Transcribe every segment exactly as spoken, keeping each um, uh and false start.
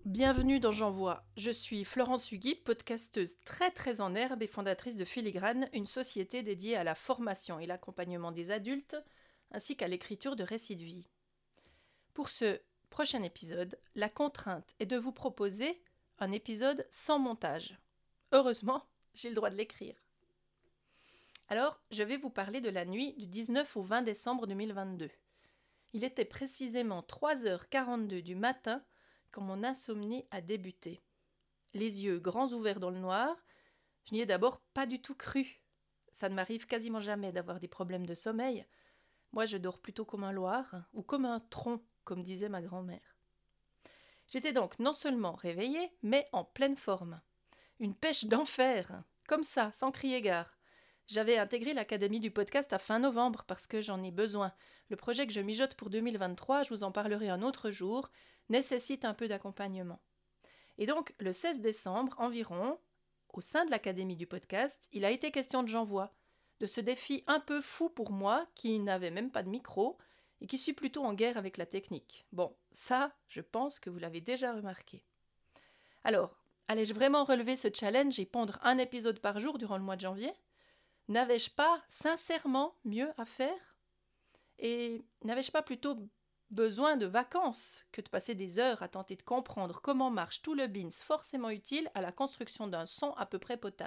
Bienvenue dans J'envoie. Je suis Florence Hugui, podcasteuse très très en herbe et fondatrice de Filigrane, une société dédiée à la formation et l'accompagnement des adultes, ainsi qu'à l'écriture de récits de vie. Pour ce prochain épisode, la contrainte est de vous proposer un épisode sans montage. Heureusement, j'ai le droit de l'écrire. Alors, je vais vous parler de la nuit du dix-neuf au vingt décembre deux mille vingt-deux. Il était précisément trois heures quarante-deux du matin quand mon insomnie a débuté. Les yeux grands ouverts dans le noir, je n'y ai d'abord pas du tout cru. Ça ne m'arrive quasiment jamais d'avoir des problèmes de sommeil. Moi, je dors plutôt comme un loir, ou comme un tronc, comme disait ma grand-mère. J'étais donc non seulement réveillée, mais en pleine forme. Une pêche d'enfer, comme ça, sans crier gare. J'avais intégré l'Académie du podcast à fin novembre parce que j'en ai besoin. Le projet que je mijote pour deux mille vingt-trois, je vous en parlerai un autre jour, nécessite un peu d'accompagnement. Et donc, le seize décembre environ, au sein de l'Académie du podcast, il a été question de J'envoie, de ce défi un peu fou pour moi qui n'avait même pas de micro et qui suis plutôt en guerre avec la technique. Bon, ça, je pense que vous l'avez déjà remarqué. Alors, allais-je vraiment relever ce challenge et pondre un épisode par jour durant le mois de janvier ? N'avais-je pas sincèrement mieux à faire ? Et n'avais-je pas plutôt besoin de vacances que de passer des heures à tenter de comprendre comment marche tout le bins forcément utile à la construction d'un son à peu près potable ?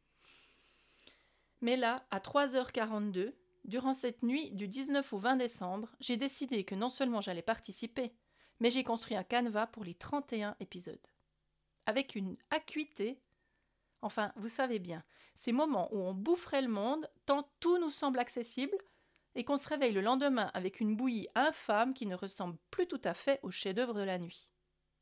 Mais là, à trois heures quarante-deux, durant cette nuit du dix-neuf au vingt décembre, j'ai décidé que non seulement j'allais participer, mais j'ai construit un canevas pour les trente et un épisodes. Avec une acuité, enfin, vous savez bien, ces moments où on boufferait le monde tant tout nous semble accessible, et qu'on se réveille le lendemain avec une bouillie infâme qui ne ressemble plus tout à fait au chef-d'œuvre de la nuit.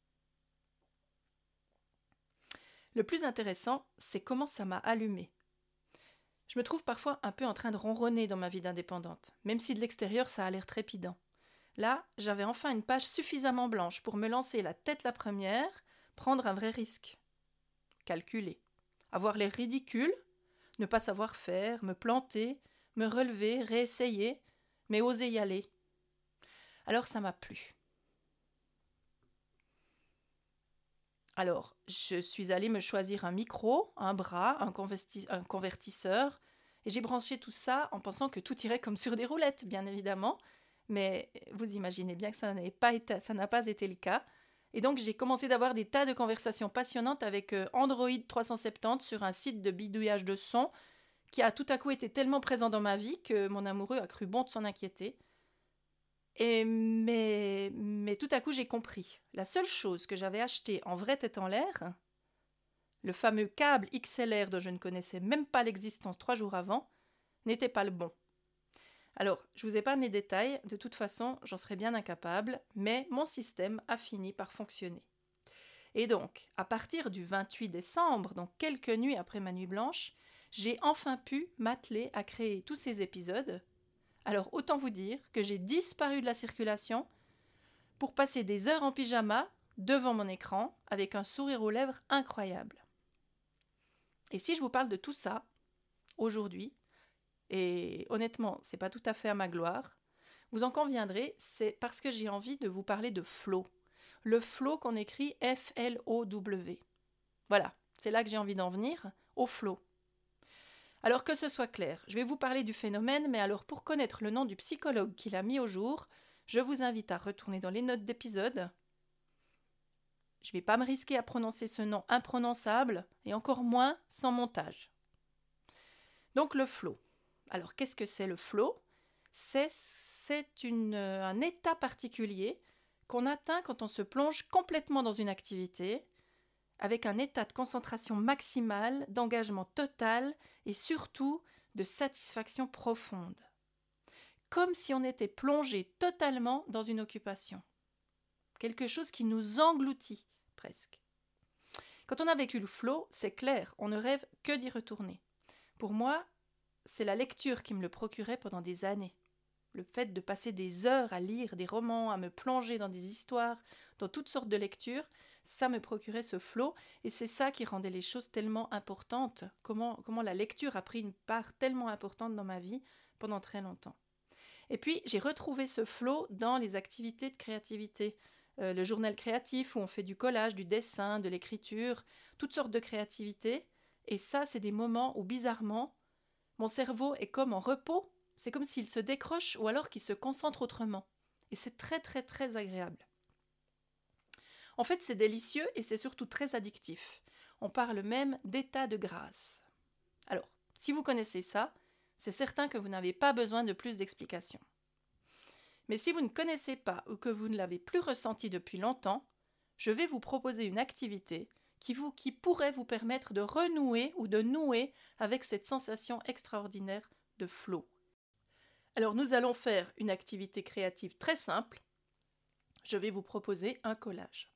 Le plus intéressant, c'est comment ça m'a allumé. Je me trouve parfois un peu en train de ronronner dans ma vie d'indépendante, même si de l'extérieur ça a l'air trépidant. Là, j'avais enfin une page suffisamment blanche pour me lancer la tête la première, prendre un vrai risque. Calculer. Avoir l'air ridicule, ne pas savoir faire, me planter, me relever, réessayer, mais oser y aller. Alors ça m'a plu. Alors, je suis allée me choisir un micro, un bras, un, converti- un convertisseur, et j'ai branché tout ça en pensant que tout irait comme sur des roulettes, bien évidemment, mais vous imaginez bien que ça n'a pas été, ça n'a pas été le cas. Et donc j'ai commencé d'avoir des tas de conversations passionnantes avec euh, Android trois cent soixante-dix sur un site de bidouillage de son qui a tout à coup été tellement présent dans ma vie que mon amoureux a cru bon de s'en inquiéter. Et mais, mais tout à coup, j'ai compris. La seule chose que j'avais achetée en vraie tête en l'air, le fameux câble X L R dont je ne connaissais même pas l'existence trois jours avant, n'était pas le bon. Alors, je vous épargne les détails, de toute façon, j'en serais bien incapable, mais mon système a fini par fonctionner. Et donc, à partir du vingt-huit décembre, donc quelques nuits après ma nuit blanche, j'ai enfin pu m'atteler à créer tous ces épisodes. Alors, autant vous dire que j'ai disparu de la circulation pour passer des heures en pyjama devant mon écran avec un sourire aux lèvres incroyable. Et si je vous parle de tout ça aujourd'hui, et honnêtement, c'est pas tout à fait à ma gloire, vous en conviendrez, c'est parce que j'ai envie de vous parler de flow. Le flow qu'on écrit F L O W. Voilà, c'est là que j'ai envie d'en venir, au flow. Alors que ce soit clair, je vais vous parler du phénomène, mais alors pour connaître le nom du psychologue qui l'a mis au jour, je vous invite à retourner dans les notes d'épisode. Je ne vais pas me risquer à prononcer ce nom imprononçable, et encore moins sans montage. Donc le flow. Alors qu'est-ce que c'est le flow ? C'est, c'est une, un état particulier qu'on atteint quand on se plonge complètement dans une activité, avec un état de concentration maximale, d'engagement total et surtout de satisfaction profonde. Comme si on était plongé totalement dans une occupation. Quelque chose qui nous engloutit presque. Quand on a vécu le flow, c'est clair, on ne rêve que d'y retourner. Pour moi, c'est la lecture qui me le procurait pendant des années. Le fait de passer des heures à lire des romans, à me plonger dans des histoires, dans toutes sortes de lectures, ça me procurait ce flow et c'est ça qui rendait les choses tellement importantes, comment, comment la lecture a pris une part tellement importante dans ma vie pendant très longtemps. Et puis, j'ai retrouvé ce flow dans les activités de créativité. euh, le journal créatif où on fait du collage, du dessin, de l'écriture, toutes sortes de créativité. Et ça, c'est des moments où, bizarrement, mon cerveau est comme en repos. C'est comme s'il se décroche ou alors qu'il se concentre autrement. Et c'est très, très, très agréable. En fait, c'est délicieux et c'est surtout très addictif. On parle même d'état de grâce. Alors, si vous connaissez ça, c'est certain que vous n'avez pas besoin de plus d'explications. Mais si vous ne connaissez pas ou que vous ne l'avez plus ressenti depuis longtemps, je vais vous proposer une activité qui, vous, qui pourrait vous permettre de renouer ou de nouer avec cette sensation extraordinaire de flow. Alors, nous allons faire une activité créative très simple. Je vais vous proposer un collage.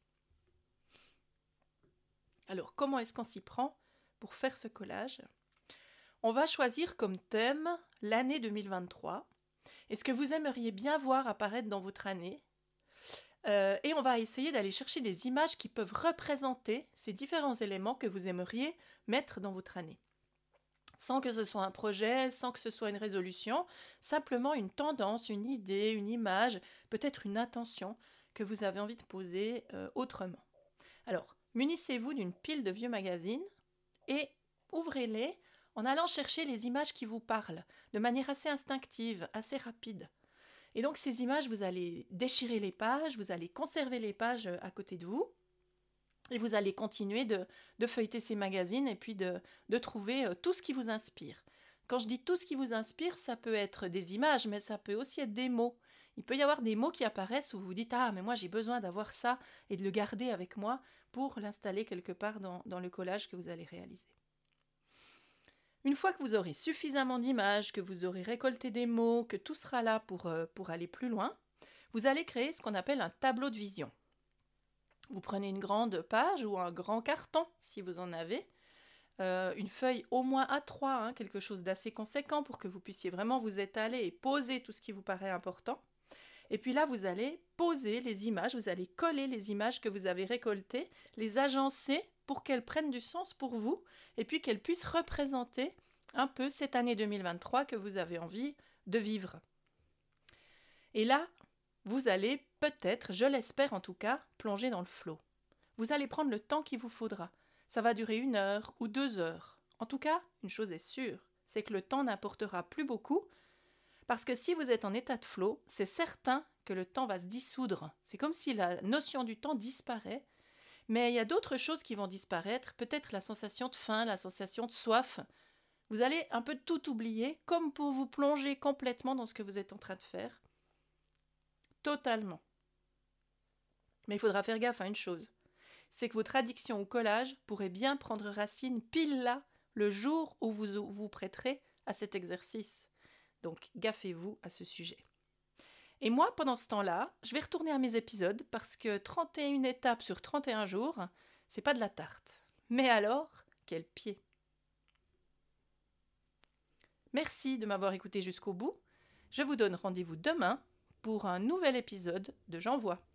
Alors, comment est-ce qu'on s'y prend pour faire ce collage ? On va choisir comme thème l'année deux mille vingt-trois et ce que vous aimeriez bien voir apparaître dans votre année. Euh, et on va essayer d'aller chercher des images qui peuvent représenter ces différents éléments que vous aimeriez mettre dans votre année. Sans que ce soit un projet, sans que ce soit une résolution, simplement une tendance, une idée, une image, peut-être une intention que vous avez envie de poser euh, autrement. Alors, munissez-vous d'une pile de vieux magazines et ouvrez-les en allant chercher les images qui vous parlent, de manière assez instinctive, assez rapide. Et donc ces images, vous allez déchirer les pages, vous allez conserver les pages à côté de vous, et vous allez continuer de, de feuilleter ces magazines et puis de, de trouver tout ce qui vous inspire. Quand je dis tout ce qui vous inspire, ça peut être des images, mais ça peut aussi être des mots. Il peut y avoir des mots qui apparaissent où vous vous dites « Ah, mais moi j'ai besoin d'avoir ça » et de le garder avec moi pour l'installer quelque part dans, dans le collage que vous allez réaliser. Une fois que vous aurez suffisamment d'images, que vous aurez récolté des mots, que tout sera là pour, euh, pour aller plus loin, vous allez créer ce qu'on appelle un tableau de vision. Vous prenez une grande page ou un grand carton, si vous en avez, euh, une feuille au moins A trois, hein, quelque chose d'assez conséquent pour que vous puissiez vraiment vous étaler et poser tout ce qui vous paraît important. Et puis là, vous allez poser les images, vous allez coller les images que vous avez récoltées, les agencer pour qu'elles prennent du sens pour vous et puis qu'elles puissent représenter un peu cette année deux mille vingt-trois que vous avez envie de vivre. Et là, vous allez peut-être, je l'espère en tout cas, plonger dans le flow. Vous allez prendre le temps qu'il vous faudra. Ça va durer une heure ou deux heures. En tout cas, une chose est sûre, c'est que le temps n'apportera plus beaucoup parce que si vous êtes en état de flow, c'est certain que le temps va se dissoudre. C'est comme si la notion du temps disparaît. Mais il y a d'autres choses qui vont disparaître, peut-être la sensation de faim, la sensation de soif. Vous allez un peu tout oublier, comme pour vous plonger complètement dans ce que vous êtes en train de faire. Totalement. Mais il faudra faire gaffe à une chose, c'est que votre addiction au collage pourrait bien prendre racine pile là, le jour où vous vous prêterez à cet exercice. Donc, gaffez-vous à ce sujet. Et moi, pendant ce temps-là, je vais retourner à mes épisodes parce que trente et une étapes sur trente et un jours, c'est pas de la tarte. Mais alors, quel pied! Merci de m'avoir écouté jusqu'au bout. Je vous donne rendez-vous demain pour un nouvel épisode de J'envoie.